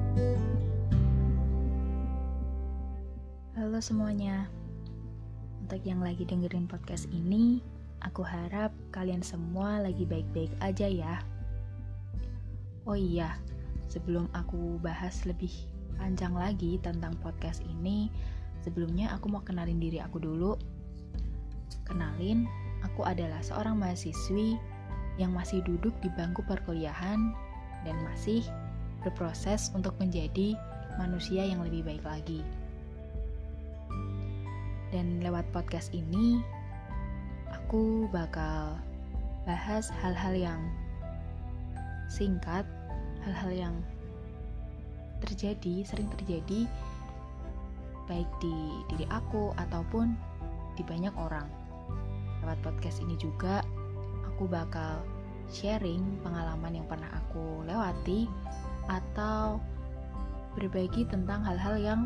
Halo semuanya, untuk yang lagi dengerin podcast ini, aku harap kalian semua lagi baik-baik aja ya. Oh iya, sebelum aku bahas lebih panjang lagi tentang podcast ini, sebelumnya aku mau kenalin diri aku dulu. Kenalin, aku adalah seorang mahasiswi yang masih duduk di bangku perkuliahan dan masih berproses untuk menjadi manusia yang lebih baik lagi. Dan lewat podcast ini, aku bakal bahas hal-hal yang singkat, hal-hal yang sering terjadi, baik di diri aku ataupun di banyak orang. Lewat podcast ini juga, aku bakal sharing pengalaman yang pernah aku lewati atau berbagi tentang hal-hal yang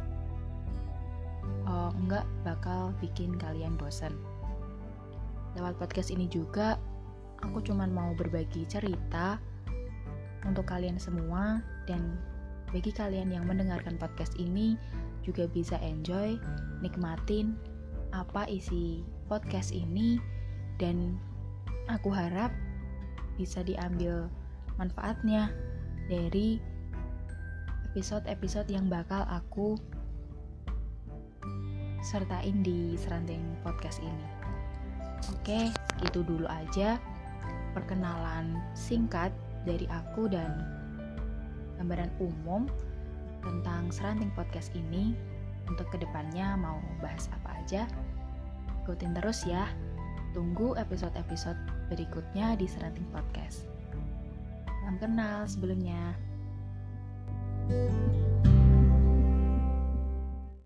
nggak bakal bikin kalian bosan. Lewat podcast ini juga, aku cuman mau berbagi cerita untuk kalian semua, dan bagi kalian yang mendengarkan podcast ini juga bisa enjoy, nikmatin apa isi podcast ini, dan aku harap bisa diambil manfaatnya dari episode-episode yang bakal aku sertain di seranteng podcast ini. Oke, itu dulu aja perkenalan singkat dari aku dan gambaran umum tentang seranteng podcast ini. Untuk kedepannya mau bahas apa aja, ikutin terus ya. Tunggu episode-episode berikutnya di seranteng podcast. Salam kenal sebelumnya.